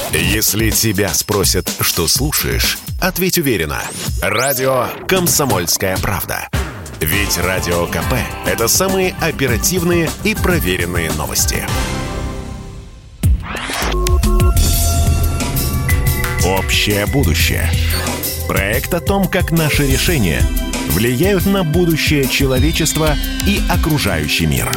Если тебя спросят, что слушаешь, ответь уверенно. Радио «Комсомольская правда». Ведь Радио КП – это самые оперативные и проверенные новости. Общее будущее. Проект о том, как наши решения влияют на будущее человечества и окружающий мир.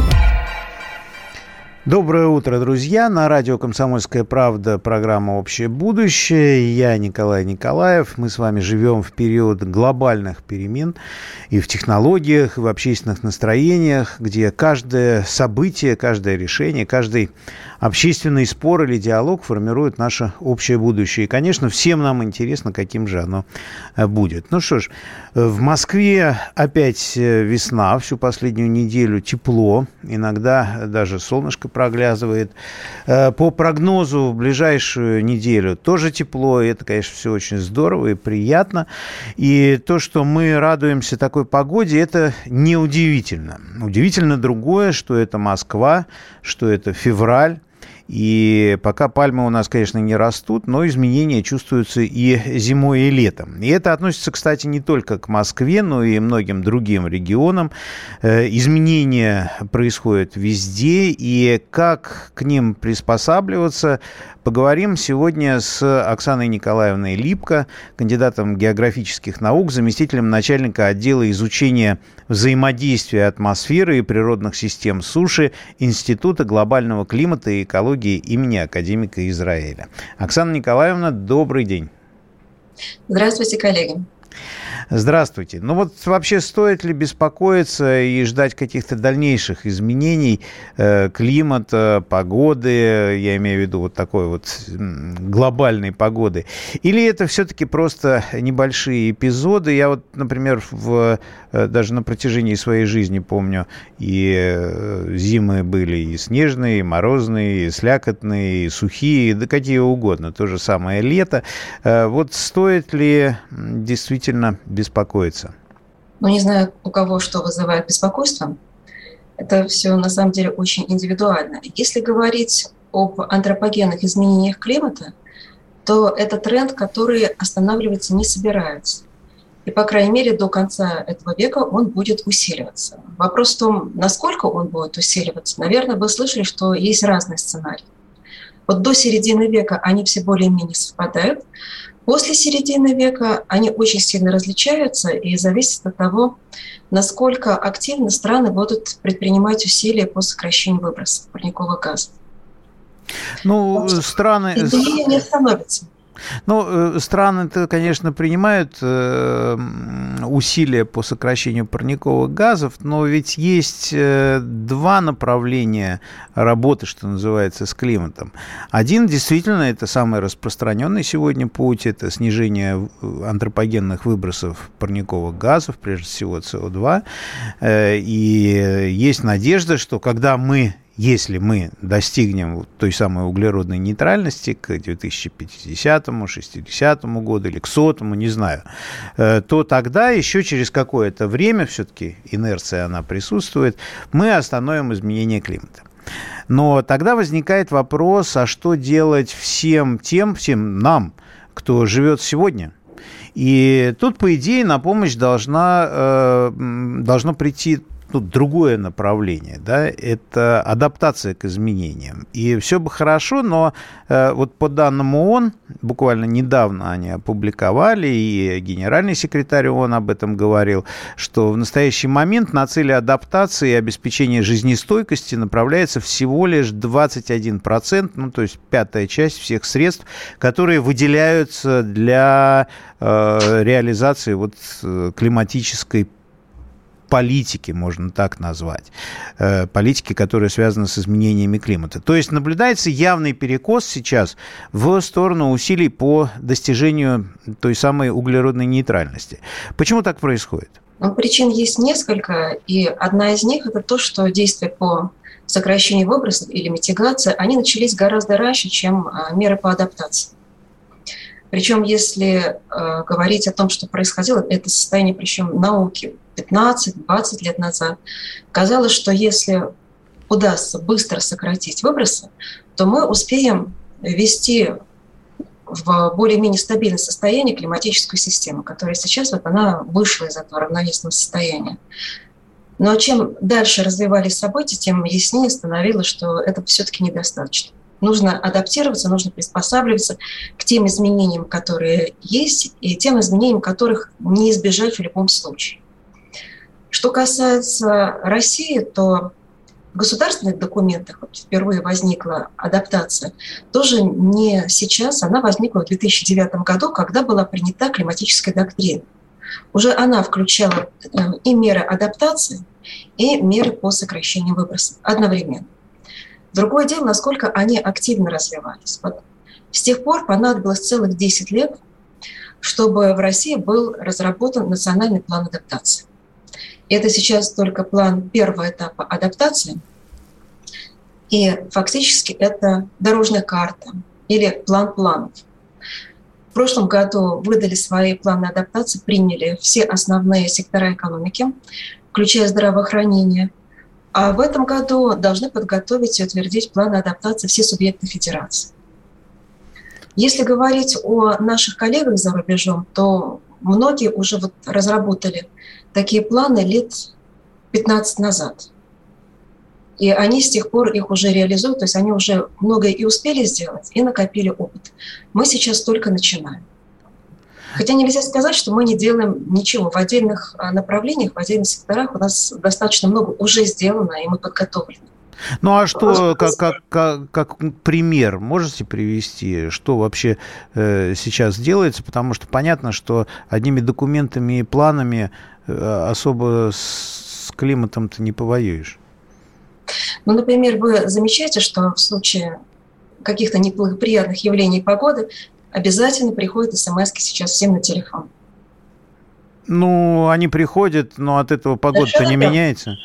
Доброе утро, друзья. На радио «Комсомольская правда» программа «Общее будущее». Я Николай Николаев. Мы с вами живем в период глобальных перемен и в технологиях, и в общественных настроениях, где каждое событие, каждое решение, каждый общественный спор или диалог формирует наше общее будущее. И, конечно, всем нам интересно, каким же оно будет. Ну что ж, в Москве опять весна, всю последнюю неделю тепло, иногда даже солнышко проглядывает. По прогнозу в ближайшую неделю тоже тепло, и это, конечно, все очень здорово и приятно. И то, что мы радуемся такой погоде, это неудивительно. Удивительно другое, что это Москва, что это февраль. И пока пальмы у нас, конечно, не растут, но изменения чувствуются и зимой, и летом. И это относится, кстати, не только к Москве, но и многим другим регионам. Изменения происходят везде, и как к ним приспосабливаться, поговорим сегодня с Оксаной Николаевной Липко, кандидатом географических наук, заместителем начальника отдела изучения взаимодействия атмосферы и природных систем суши Института глобального климата и экологии имени академика Израиля. Оксана Николаевна, добрый день. Здравствуйте, коллеги. Здравствуйте. Ну вот вообще стоит ли беспокоиться и ждать каких-то дальнейших изменений климата, погоды, я имею в виду вот такой вот глобальной погоды? Или это все-таки просто небольшие эпизоды? Я вот, например, даже на протяжении своей жизни помню, и зимы были и снежные, и морозные, и слякотные, и сухие, да какие угодно. То же самое лето. Вот стоит ли действительно беспокоиться? Ну, не знаю, у кого что вызывает беспокойство. Это все на самом деле очень индивидуально. Если говорить об антропогенных изменениях климата, то это тренд, который останавливаться не собирается. И, по крайней мере, до конца этого века он будет усиливаться. Вопрос в том, насколько он будет усиливаться. Наверное, вы слышали, что есть разные сценарии. Вот до середины века они все более-менее совпадают. После середины века они очень сильно различаются и зависят от того, насколько активно страны будут предпринимать усилия по сокращению выбросов парниковых газов. Ну, страны... Изменения не остановятся. Ну, страны-то, конечно, принимают усилия по сокращению парниковых газов, но ведь есть два направления работы, что называется, с климатом. Один, действительно, это самый распространенный сегодня путь, это снижение антропогенных выбросов парниковых газов, прежде всего СО2. И есть надежда, что когда если мы достигнем той самой углеродной нейтральности к 2050-му, 60-му году или к 100-му, не знаю, то тогда еще через какое-то время, все-таки инерция она присутствует, мы остановим изменение климата. Но тогда возникает вопрос, а что делать всем нам, кто живет сегодня? И тут, по идее, на помощь должно прийти другое направление, да, это адаптация к изменениям. И все бы хорошо, но вот по данным ООН, буквально недавно они опубликовали, и генеральный секретарь ООН об этом говорил, что в настоящий момент на цели адаптации и обеспечения жизнестойкости направляется всего лишь 21%, ну, то есть пятая часть всех средств, которые выделяются для реализации вот климатической политики, можно так назвать, политики, которые связаны с изменениями климата. То есть наблюдается явный перекос сейчас в сторону усилий по достижению той самой углеродной нейтральности. Почему так происходит? Причин есть несколько, и одна из них – это то, что действия по сокращению выбросов или митигации, они начались гораздо раньше, чем меры по адаптации. Причем, если говорить о том, что происходило, это состояние, причем науки, 15-20 лет назад, казалось, что если удастся быстро сократить выбросы, то мы успеем ввести в более-менее стабильное состояние климатическую систему, которая сейчас она вышла из этого равновесного состояния. Но чем дальше развивались события, тем яснее становилось, что это все-таки недостаточно. Нужно адаптироваться, нужно приспосабливаться к тем изменениям, которые есть, и тем изменениям, которых не избежать в любом случае. Что касается России, то в государственных документах впервые возникла адаптация тоже не сейчас, она возникла в 2009 году, когда была принята климатическая доктрина. Уже она включала и меры адаптации, и меры по сокращению выбросов одновременно. Другое дело, насколько они активно развивались. С тех пор понадобилось целых 10 лет, чтобы в России был разработан национальный план адаптации. Это сейчас только план первого этапа адаптации, и фактически это дорожная карта или план планов. В прошлом году выдали свои планы адаптации, приняли все основные сектора экономики, включая здравоохранение. А в этом году должны подготовить и утвердить планы адаптации все субъекты федерации. Если говорить о наших коллегах за рубежом, то многие уже разработали такие планы лет 15 назад. И они с тех пор их уже реализуют, то есть они уже многое и успели сделать, и накопили опыт. Мы сейчас только начинаем. Хотя нельзя сказать, что мы не делаем ничего. В отдельных направлениях, в отдельных секторах у нас достаточно много уже сделано, и мы подготовлены. Ну а что, как пример можете привести, что вообще сейчас делается? Потому что понятно, что одними документами и планами особо с климатом-то не повоюешь. Ну, например, вы замечаете, что в случае каких-то неблагоприятных явлений погоды обязательно приходят смс-ки сейчас всем на телефон. Ну, они приходят, но от этого погода-то не меняется.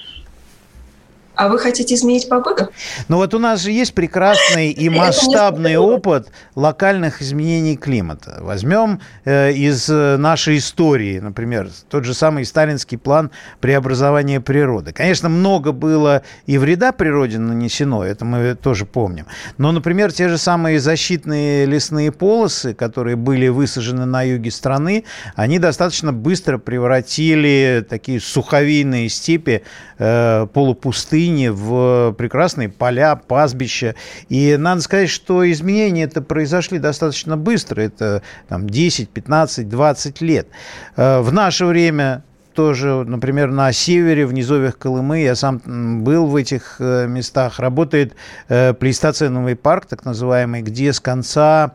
А вы хотите изменить погоду? Ну вот у нас же есть прекрасный и масштабный опыт локальных изменений климата. Возьмем из нашей истории, например, тот же самый сталинский план преобразования природы. Конечно, много было и вреда природе нанесено, это мы тоже помним. Но, например, те же самые защитные лесные полосы, которые были высажены на юге страны, они достаточно быстро превратили такие суховейные степи, полупустыни, в прекрасные поля, пастбища. И надо сказать, что изменения-то произошли достаточно быстро. Это там, 10, 15, 20 лет. В наше время тоже, например, на севере, в низовьях Колымы, я сам был в этих местах, работает плейстоценовый парк, так называемый, где с конца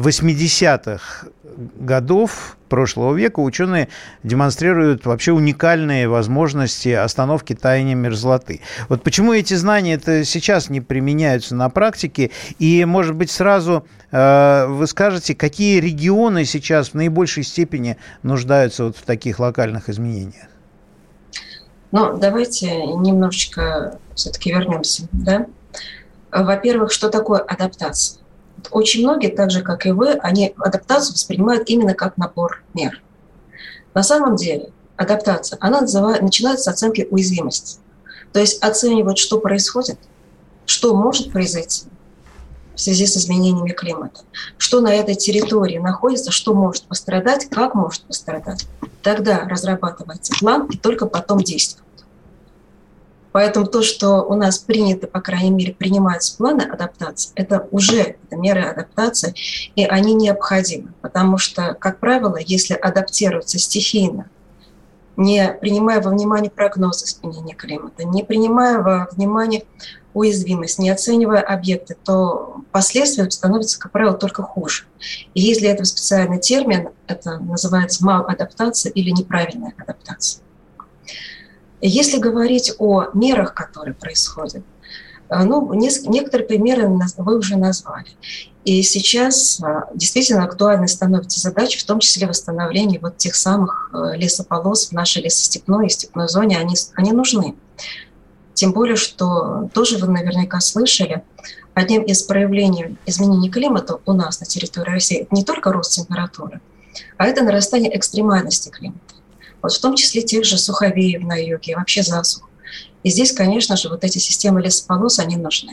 80-х годов прошлого века ученые демонстрируют вообще уникальные возможности остановки таяния мерзлоты. Вот почему эти знания-то сейчас не применяются на практике? И, может быть, сразу вы скажете, какие регионы сейчас в наибольшей степени нуждаются вот в таких локальных изменениях? Ну, давайте немножечко все-таки вернемся. Да? Во-первых, что такое адаптация? Очень многие, так же, как и вы, они адаптацию воспринимают именно как набор мер. На самом деле адаптация, она начинается с оценки уязвимости. То есть оценивают, что происходит, что может произойти в связи с изменениями климата, что на этой территории находится, что может пострадать, как может пострадать. Тогда разрабатывается план и только потом действует. Поэтому то, что у нас принято, по крайней мере, принимаются планы адаптации, это уже меры адаптации, и они необходимы. Потому что, как правило, если адаптироваться стихийно, не принимая во внимание прогнозы изменения климата, не принимая во внимание уязвимость, не оценивая объекты, то последствия становятся, как правило, только хуже. И есть для этого специальный термин, это называется маладаптация или неправильная адаптация. Если говорить о мерах, которые происходят, ну, некоторые примеры вы уже назвали. И сейчас действительно актуальной становится задача, в том числе восстановления вот тех самых лесополос в нашей лесостепной и степной зоне. Они нужны. Тем более, что тоже вы наверняка слышали, одним из проявлений изменений климата у нас на территории России это не только рост температуры, а это нарастание экстремальности климата. Вот в том числе тех же суховеев на юге, вообще засух. И здесь, конечно же, вот эти системы лесополос, они нужны.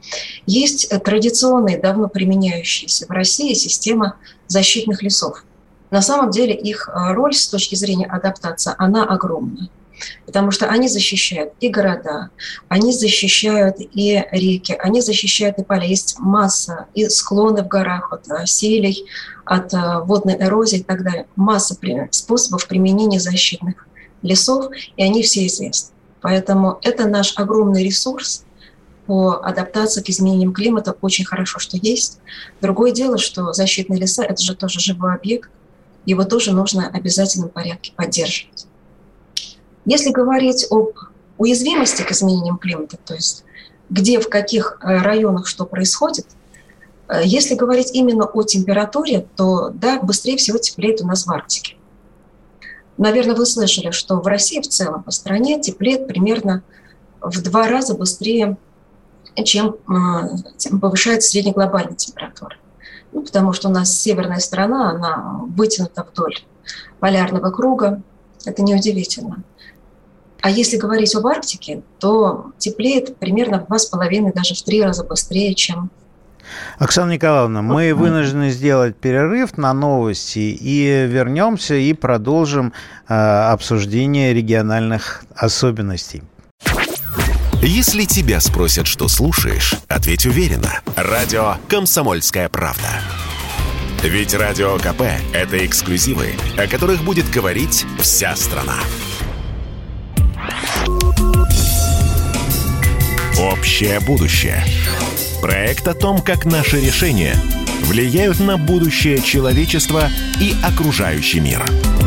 Есть традиционная, давно применяющаяся в России система защитных лесов. На самом деле их роль с точки зрения адаптации, она огромна. Потому что они защищают и города, они защищают и реки, они защищают и поля. Есть масса и склоны в горах от селей, от водной эрозии и так далее. Масса способов применения защитных лесов, и они все известны. Поэтому это наш огромный ресурс по адаптации к изменениям климата. Очень хорошо, что есть. Другое дело, что защитные леса – это же тоже живой объект, его тоже нужно в обязательном порядке поддерживать. Если говорить об уязвимости к изменениям климата, то есть где, в каких районах что происходит, если говорить именно о температуре, то да, быстрее всего теплеет у нас в Арктике. Наверное, вы слышали, что в России в целом по стране теплеет примерно в 2 раза быстрее, чем повышается среднеглобальная температура. Потому что у нас северная сторона, она вытянута вдоль полярного круга. Это неудивительно. А если говорить об Арктике, то теплеет примерно в 2,5, даже в 3 раза быстрее, чем... Оксана Николаевна, мы вынуждены сделать перерыв на новости и вернемся и продолжим обсуждение региональных особенностей. Если тебя спросят, что слушаешь, ответь уверенно. Радио «Комсомольская правда». Ведь Радио КП – это эксклюзивы, о которых будет говорить вся страна. Общее будущее. Проект о том, как наши решения влияют на будущее человечества и окружающий мир.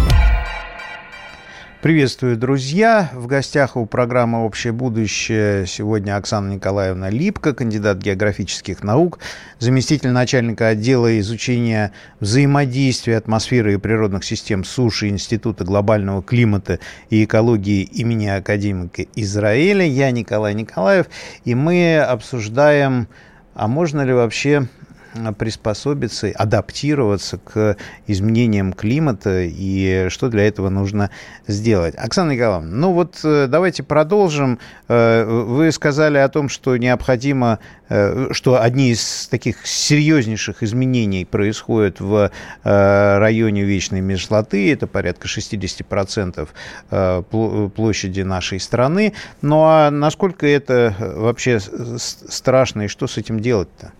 Приветствую, друзья! В гостях у программы «Общее будущее» сегодня Оксана Николаевна Липко, кандидат географических наук, заместитель начальника отдела изучения взаимодействия атмосферы и природных систем суши Института глобального климата и экологии имени академика Израиля. Я Николай Николаев, и мы обсуждаем, а можно ли вообще приспособиться, адаптироваться к изменениям климата и что для этого нужно сделать. Оксана Николаевна, давайте продолжим. Вы сказали о том, что необходимо, что одни из таких серьезнейших изменений происходят в районе вечной мерзлоты, это порядка 60% площади нашей страны. Ну а насколько это вообще страшно и что с этим делать-то?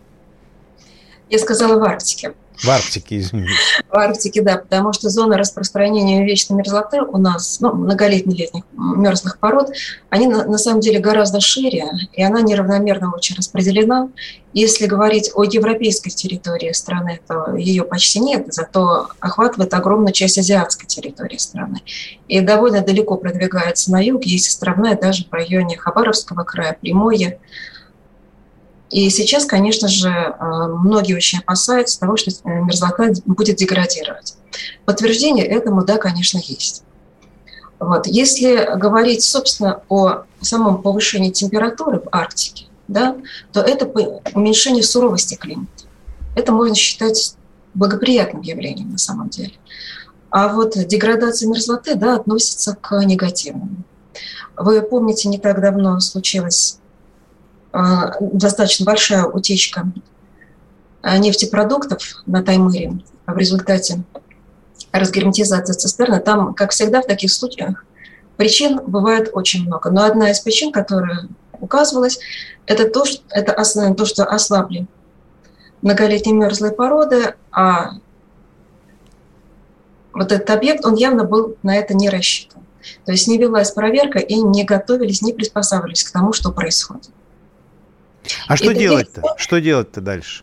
Я сказала в Арктике. В Арктике, извините. В Арктике, да, потому что зона распространения вечной мерзлоты у нас, многолетних мерзлых пород, они на самом деле гораздо шире, и она неравномерно очень распределена. Если говорить о европейской территории страны, то ее почти нет, зато охватывает огромную часть азиатской территории страны. И довольно далеко продвигается на юг, есть островная даже в районе Хабаровского края, Приморья. И сейчас, конечно же, многие очень опасаются того, что мерзлота будет деградировать. Подтверждение этому, да, конечно, есть. Если говорить, собственно, о самом повышении температуры в Арктике, да, то это уменьшение суровости климата. Это можно считать благоприятным явлением на самом деле. А деградация мерзлоты, да, относится к негативному. Вы помните, не так давно случилась достаточно большая утечка нефтепродуктов на Таймыре в результате разгерметизации цистерны. Там, как всегда в таких случаях, причин бывает очень много. Но одна из причин, которая указывалась, это то, что ослабли многолетние мерзлые породы, а этот объект, он явно был на это не рассчитан. То есть не велась проверка и не готовились, не приспосабливались к тому, что происходит. А что делать-то? Что делать-то дальше?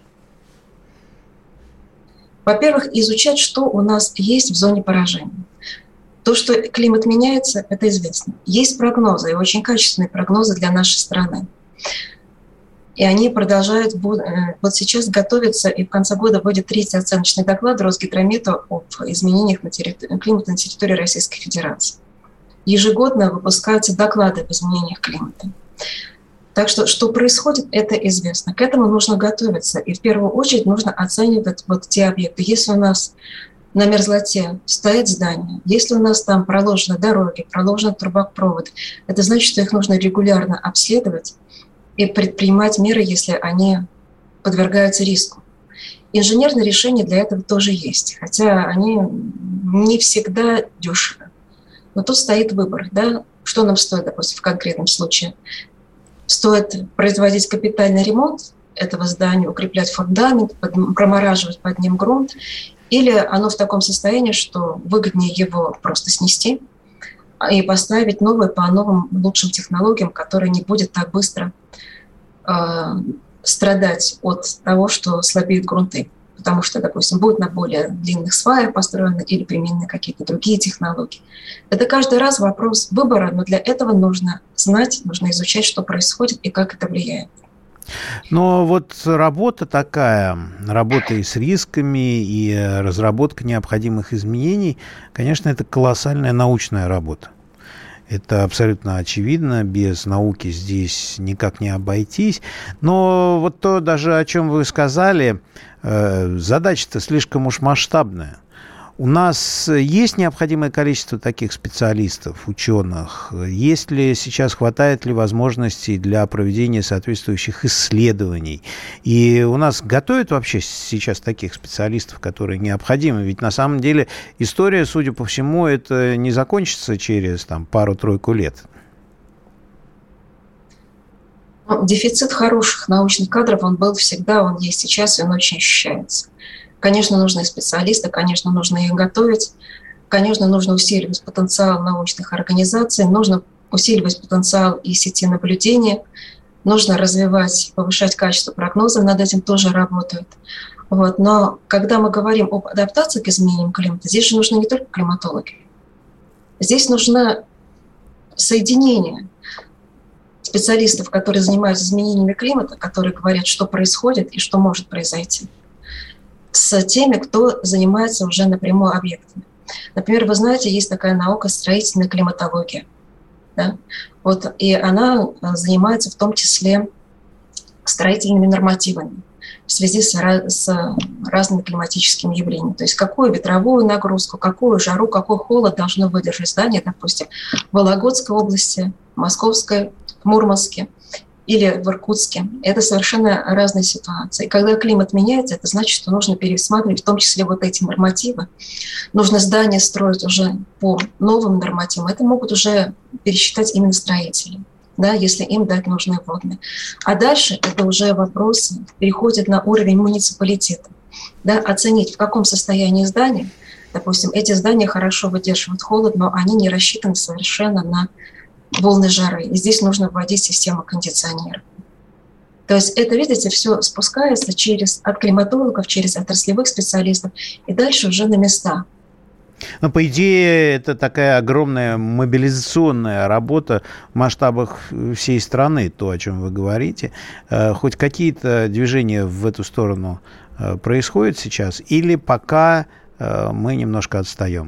Во-первых, изучать, что у нас есть в зоне поражения. То, что климат меняется, это известно. Есть прогнозы, и очень качественные прогнозы для нашей страны. И они продолжают, сейчас готовятся, и в конце года будет 3-й оценочный доклад Росгидромета об изменениях климата на территории Российской Федерации. Ежегодно выпускаются доклады об изменениях климата. Так что происходит, это известно. К этому нужно готовиться. И в первую очередь нужно оценивать те объекты. Если у нас на мерзлоте стоят здания, если у нас там проложены дороги, проложен трубопровод, это значит, что их нужно регулярно обследовать и предпринимать меры, если они подвергаются риску. Инженерные решения для этого тоже есть, хотя они не всегда дешевы. Но тут стоит выбор, да, что нам стоит, допустим, в конкретном случае. Стоит производить капитальный ремонт этого здания, укреплять фундамент, промораживать под ним грунт, или оно в таком состоянии, что выгоднее его просто снести и поставить новое по новым лучшим технологиям, которые не будет так быстро страдать от того, что слабеют грунты. Потому что, допустим, будут на более длинных сваях построены или применены какие-то другие технологии. Это каждый раз вопрос выбора, но для этого нужно знать, нужно изучать, что происходит и как это влияет. Но вот работа такая, работа и с рисками, и разработка необходимых изменений, конечно, это колоссальная научная работа. Это абсолютно очевидно, без науки здесь никак не обойтись. Но вот то даже, о чем вы сказали, задача-то слишком уж масштабная. У нас есть необходимое количество таких специалистов, ученых? Есть ли сейчас, хватает ли возможностей для проведения соответствующих исследований? И у нас готовят вообще сейчас таких специалистов, которые необходимы? Ведь на самом деле история, судя по всему, это не закончится через пару-тройку лет. Дефицит хороших научных кадров, он был всегда, он есть сейчас, и он очень ощущается. Конечно, нужны специалисты, конечно, нужно их готовить, конечно, нужно усиливать потенциал научных организаций, нужно усиливать потенциал и сети наблюдения, нужно развивать, повышать качество прогноза, над этим тоже работают. Вот. Но когда мы говорим об адаптации к изменениям климата, здесь же нужны не только климатологи. Здесь нужно соединение специалистов, которые занимаются изменениями климата, которые говорят, что происходит и что может произойти, с теми, кто занимается уже напрямую объектами. Например, вы знаете, есть такая наука строительная климатология. Да? Вот, и она занимается в том числе строительными нормативами в связи с разными климатическими явлениями. То есть какую ветровую нагрузку, какую жару, какой холод должно выдержать здание, допустим, в Вологодской области, Московской, в Мурманске или в Иркутске. Это совершенно разные ситуации. Когда климат меняется, это значит, что нужно пересматривать в том числе вот эти нормативы. Нужно здание строить уже по новым нормативам. Это могут уже пересчитать именно строители, да, если им дать нужные вводные. А дальше это уже вопросы переходят на уровень муниципалитета. Да, оценить, в каком состоянии здания. Допустим, эти здания хорошо выдерживают холод, но они не рассчитаны совершенно на волны жары. И здесь нужно вводить систему кондиционера. То есть это, видите, все спускается от климатологов, через отраслевых специалистов и дальше уже на места. Но, по идее, это такая огромная мобилизационная работа в масштабах всей страны, то, о чем вы говорите. Хоть какие-то движения в эту сторону происходят сейчас, или пока мы немножко отстаем?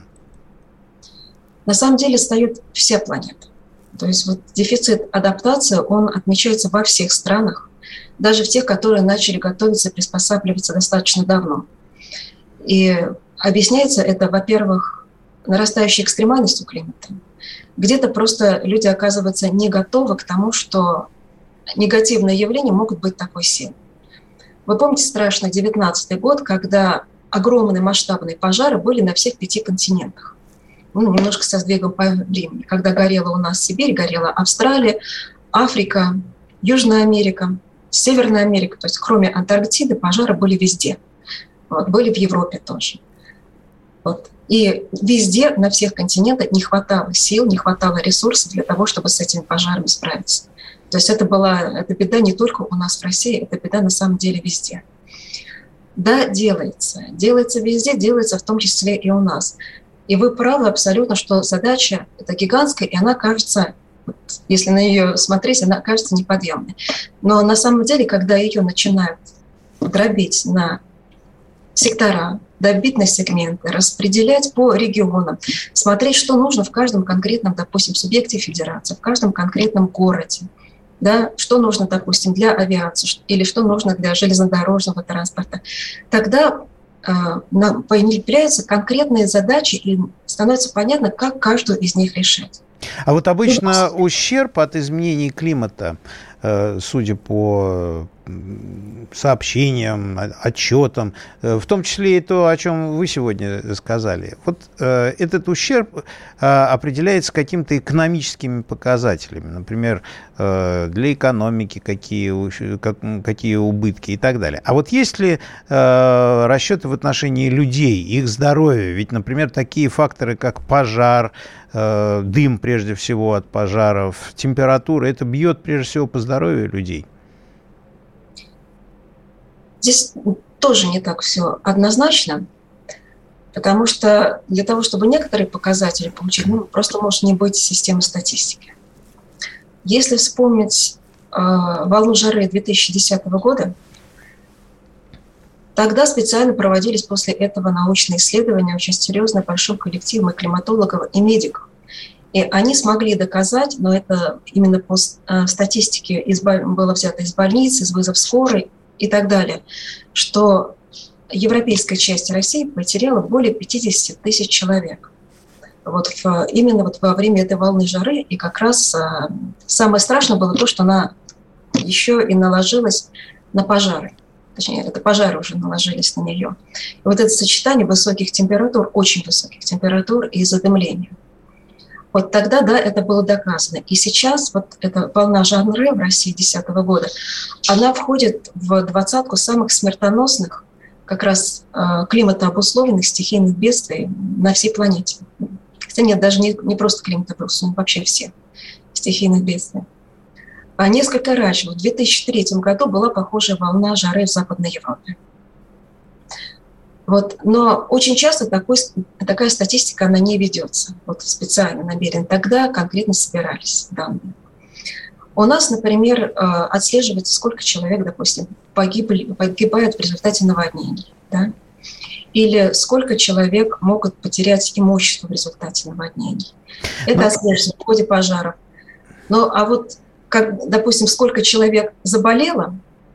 На самом деле отстают все планеты. То есть вот дефицит адаптации, он отмечается во всех странах, даже в тех, которые начали готовиться и приспосабливаться достаточно давно. И объясняется это, во-первых, нарастающей экстремальностью климата. Где-то просто люди оказываются не готовы к тому, что негативные явления могут быть такой силой. Вы помните страшный 19-й год, когда огромные масштабные пожары были на всех 5 континентах? Немножко со сдвигом по времени. Когда горела у нас Сибирь, горела Австралия, Африка, Южная Америка, Северная Америка. То есть кроме Антарктиды пожары были везде. Вот, были в Европе тоже. Вот. И везде, на всех континентах не хватало сил, не хватало ресурсов для того, чтобы с этими пожарами справиться. То есть это беда не только у нас в России, это беда на самом деле везде. Да, делается. Делается везде, делается в том числе и у нас. И вы правы абсолютно, что задача эта гигантская, и она кажется, если на нее смотреть, она кажется неподъемной. Но на самом деле, когда ее начинают дробить на сектора, дробить на сегменты, распределять по регионам, смотреть, что нужно в каждом конкретном, допустим, субъекте федерации, в каждом конкретном городе, да, что нужно, допустим, для авиации или что нужно для железнодорожного транспорта, тогда появляются конкретные задачи, и становится понятно, как каждую из них решать. А вот обычно ущерб от изменений климата судя по сообщениям, отчетам, в том числе и то, о чем вы сегодня сказали. Вот этот ущерб определяется какими-то экономическими показателями, например, для экономики какие убытки и так далее. А вот есть ли расчеты в отношении людей, их здоровья? Ведь, например, такие факторы, как пожар, дым, прежде всего, от пожаров, температура, это бьет, прежде всего, по здоровью людей. Здесь тоже не так все однозначно, потому что для того, чтобы некоторые показатели получить, просто может не быть системы статистики. Если вспомнить волну жары 2010 года, тогда специально проводились после этого научные исследования очень серьезно большим коллективом и климатологов, и медиков. И они смогли доказать, но это именно по статистике было взято из больниц, из вызов скорой и так далее, что европейская часть России потеряла более 50 тысяч человек. Именно во время этой волны жары. И как раз самое страшное было то, что она еще и наложилась на пожары. Точнее, это пожары уже наложились на нее. И вот это сочетание высоких температур, очень высоких температур и задымления. Вот тогда, да, это было доказано. И сейчас вот эта волна жары в России 2010 года, она входит в двадцатку самых смертоносных, как раз климатообусловленных стихийных бедствий на всей планете. Хотя нет, даже не просто климатообусловленных, вообще все стихийных бедствий. А несколько раньше, в 2003 году, была похожая волна жары в Западной Европе. Но очень часто такая статистика, она не ведется. Специально намеренно. Тогда конкретно собирались данные. У нас, например, отслеживается, сколько человек, допустим, погибает в результате наводнений. Да? Или сколько человек могут потерять имущество в результате наводнений. Это отслеживается в ходе пожаров. Допустим, сколько человек заболело,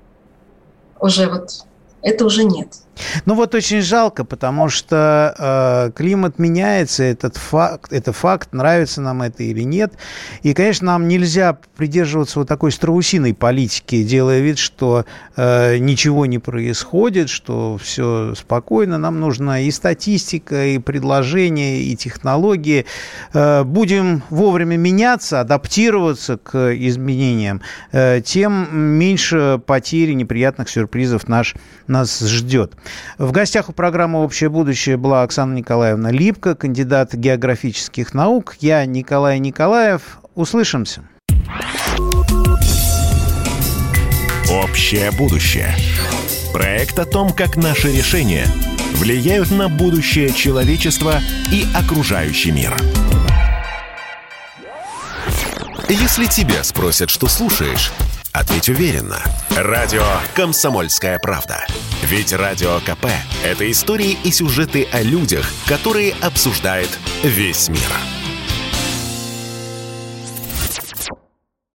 это уже нет. Очень жалко, потому что климат меняется, это факт, нравится нам это или нет. И, конечно, нам нельзя придерживаться такой страусиной политики, делая вид, что ничего не происходит, что все спокойно. Нам нужна и статистика, и предложения, и технологии. Будем вовремя меняться, адаптироваться к изменениям, тем меньше потерь и неприятных сюрпризов нас ждет. В гостях у программы «Общее будущее» была Оксана Николаевна Липко, кандидат географических наук. Я Николай Николаев. Услышимся. «Общее будущее». Проект о том, как наши решения влияют на будущее человечества и окружающий мир. Если тебя спросят, что слушаешь, ответь уверенно. Радио «Комсомольская правда». Ведь Радио КП – это истории и сюжеты о людях, которые обсуждает весь мир.